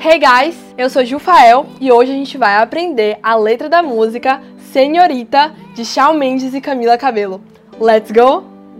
Hey guys, eu sou Jufael e hoje a gente vai aprender a letra da música Senhorita de Shawn Mendes e Camila Cabello. Let's go!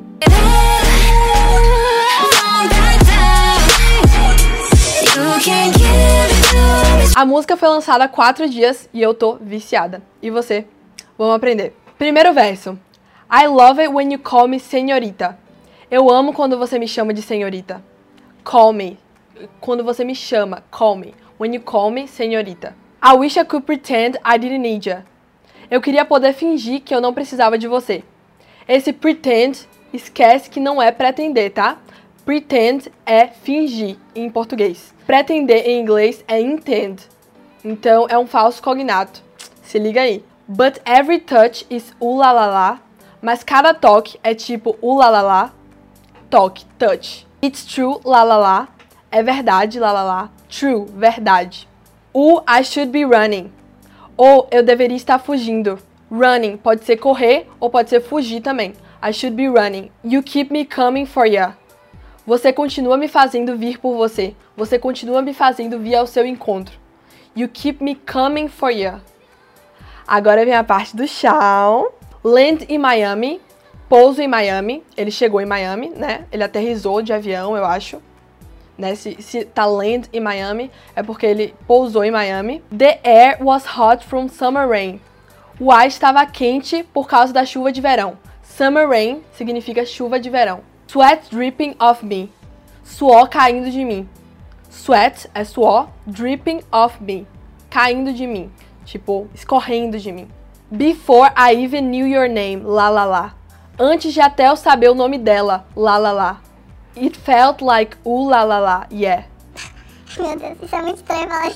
A música foi lançada há 4 dias e eu tô viciada. E você? Vamos aprender. Primeiro verso. I love it when you call me senhorita. Eu amo quando você me chama de senhorita. Call me. Quando você me chama, call me. When you call me, senhorita. I wish I could pretend I didn't need ya. Eu queria poder fingir que eu não precisava de você. Esse pretend, esquece que não é pretender, tá? Pretend é fingir em português. Pretender em inglês é intend. Então é um falso cognato. Se liga aí. But every touch is ulalala. Mas cada toque é tipo ulalala. Toque, touch. It's true, lalala. É verdade, lalala. True, verdade. I should be running. Ou eu deveria estar fugindo. Running pode ser correr ou pode ser fugir também. I should be running. You keep me coming for ya. Você continua me fazendo vir por você. Você continua me fazendo vir ao seu encontro. You keep me coming for ya. Agora vem a parte do Shawn. Land in Miami. Pouso em Miami. Ele chegou em Miami, né? Ele aterrissou de avião, eu acho. Né? Se tá land in Miami, é porque ele pousou em Miami. The air was hot from summer rain. O ar estava quente por causa da chuva de verão. Summer rain significa chuva de verão. Sweat dripping off me. Suor caindo de mim. Sweat é suor. Dripping off me. Caindo de mim. Tipo, escorrendo de mim. Before I even knew your name. La la la. Antes de até eu saber o nome dela. La la la. It felt like la la la. Yeah. Meu Deus, isso é muito estranho falar.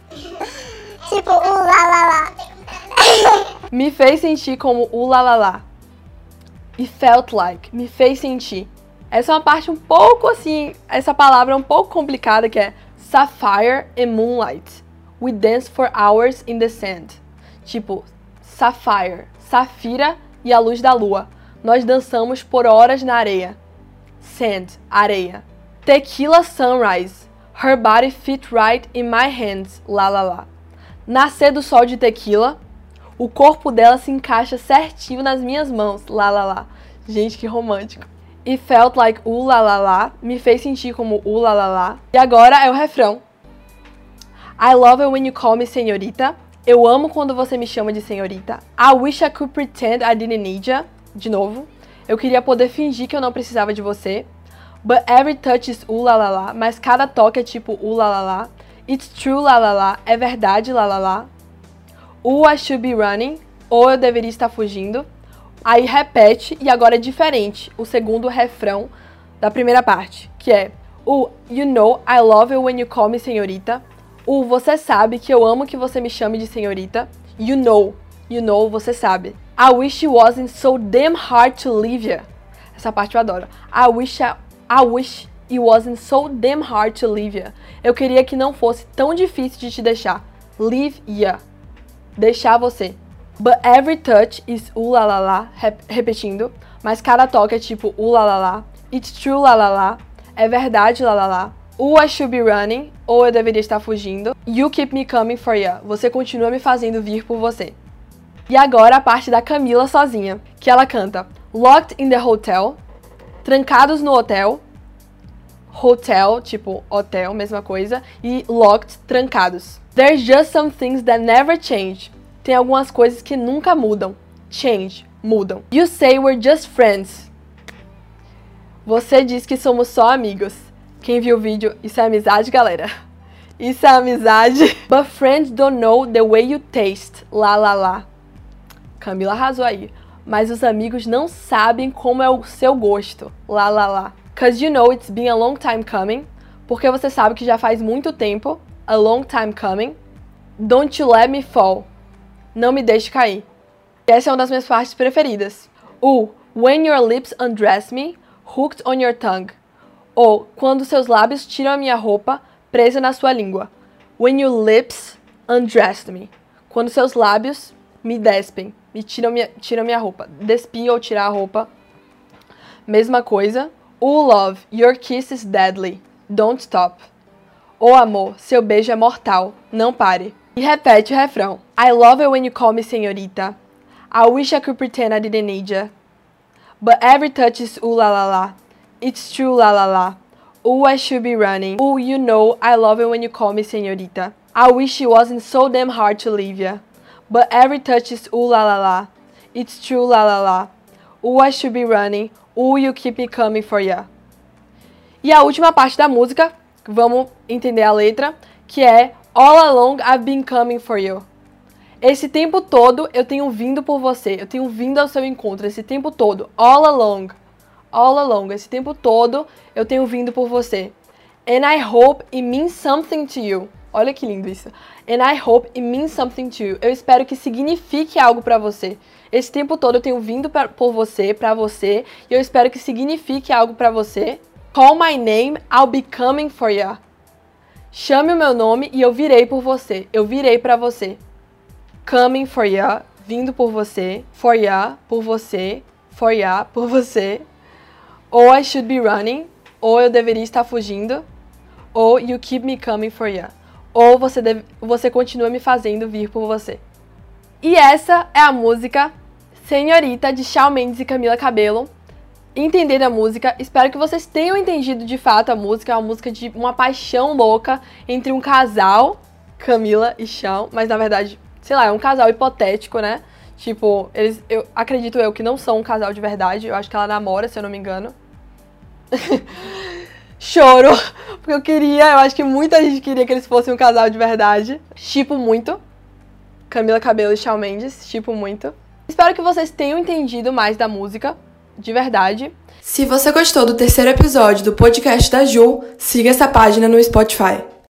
Tipo, la la la. Me fez sentir como la la la. It felt like. Me fez sentir. Essa é uma parte um pouco assim, essa palavra é um pouco complicada, que é Sapphire and Moonlight. We dance for hours in the sand. Tipo, Sapphire, safira e a luz da lua. Nós dançamos por horas na areia. Sand, areia. Tequila sunrise. Her body fit right in my hands. La la la. Nascer do sol de tequila. O corpo dela se encaixa certinho nas minhas mãos. La la la. Gente, que romântico. It felt like la la la. Me fez sentir como la la la. E agora é o refrão. I love it when you call me senhorita. Eu amo quando você me chama de senhorita. I wish I could pretend I didn't need ya. De novo. Eu queria poder fingir que eu não precisava de você. But every touch is la la la. Mas cada toque é tipo la la la. It's true, la la la. É verdade, la la la. I should be running. Ou eu deveria estar fugindo. Aí repete e agora é diferente. O segundo refrão da primeira parte. Que é you know I love it when you call me senhorita. Você sabe que eu amo que você me chame de senhorita. You know, você sabe. I wish it wasn't so damn hard to leave ya. Essa parte eu adoro. I wish it wasn't so damn hard to leave ya. Eu queria que não fosse tão difícil de te deixar. Leave ya. Deixar você. But every touch is la la la. Repetindo. Mas cada toque é tipo la la la. It's true, la la la. É verdade, la la la. I should be running. Ou eu deveria estar fugindo. You keep me coming for ya. Você continua me fazendo vir por você. E agora a parte da Camila sozinha, que ela canta Locked in the hotel, trancados no hotel, hotel, tipo hotel, mesma coisa, e locked, trancados. There's just some things that never change. Tem algumas coisas que nunca mudam. Change, mudam. You say we're just friends. Você diz que somos só amigos. Quem viu o vídeo, isso é amizade, galera? Isso é amizade. But friends don't know the way you taste. La la la. Camila arrasou aí. Mas os amigos não sabem como é o seu gosto. La la la. Cause you know it's been a long time coming. Porque você sabe que já faz muito tempo. A long time coming. Don't you let me fall. Não me deixe cair. Essa é uma das minhas partes preferidas. When your lips undress me, hooked on your tongue. Ou quando seus lábios tiram a minha roupa, presa na sua língua. When your lips undressed me. Quando seus lábios me despem. Me tiram minha roupa. Despir ou tirar a roupa. Mesma coisa. Love, your kiss is deadly. Don't stop. Oh amor, seu beijo é mortal, não pare. E repete o refrão. I love it when you call me senhorita. I wish I could pretend I didn't need ya. But every touch is ooh la la la. It's true la la la. Ooh, I should be running. Ooh, you know I love it when you call me senhorita. I wish it wasn't so damn hard to leave ya. But every touch is ooh la la la. It's true la la la. Ooh, I should be running. Ooh, you keep me coming for ya. E a última parte da música, vamos entender a letra, que é All along I've been coming for you. Esse tempo todo eu tenho vindo por você, eu tenho vindo ao seu encontro, esse tempo todo, all along, esse tempo todo eu tenho vindo por você. And I hope it means something to you. Olha que lindo isso. And I hope it means something to you. Eu espero que signifique algo pra você. Esse tempo todo eu tenho vindo por você, pra você, e eu espero que signifique algo pra você. Call my name, I'll be coming for ya. Chame o meu nome e eu virei por você. Eu virei pra você. Coming for ya, vindo por você. For ya, por você. For ya, por você. Ou I should be running, ou eu deveria estar fugindo. Ou you keep me coming for ya. Ou você continua me fazendo vir por você. E essa é a música Senhorita, de Shawn Mendes e Camila Cabello. Entender a música, espero que vocês tenham entendido de fato a música. É uma música de uma paixão louca entre um casal, Camila e Shawn, mas na verdade, sei lá, é um casal hipotético, né? Tipo, eu acredito que não são um casal de verdade. Eu acho que ela namora, se eu não me engano. Choro, porque eu acho que muita gente queria que eles fossem um casal de verdade. Shippo muito Camila Cabello e Shawn Mendes, shippo muito. Espero que vocês tenham entendido mais da música, de verdade. Se você gostou do terceiro episódio do podcast da Ju, siga essa página no Spotify.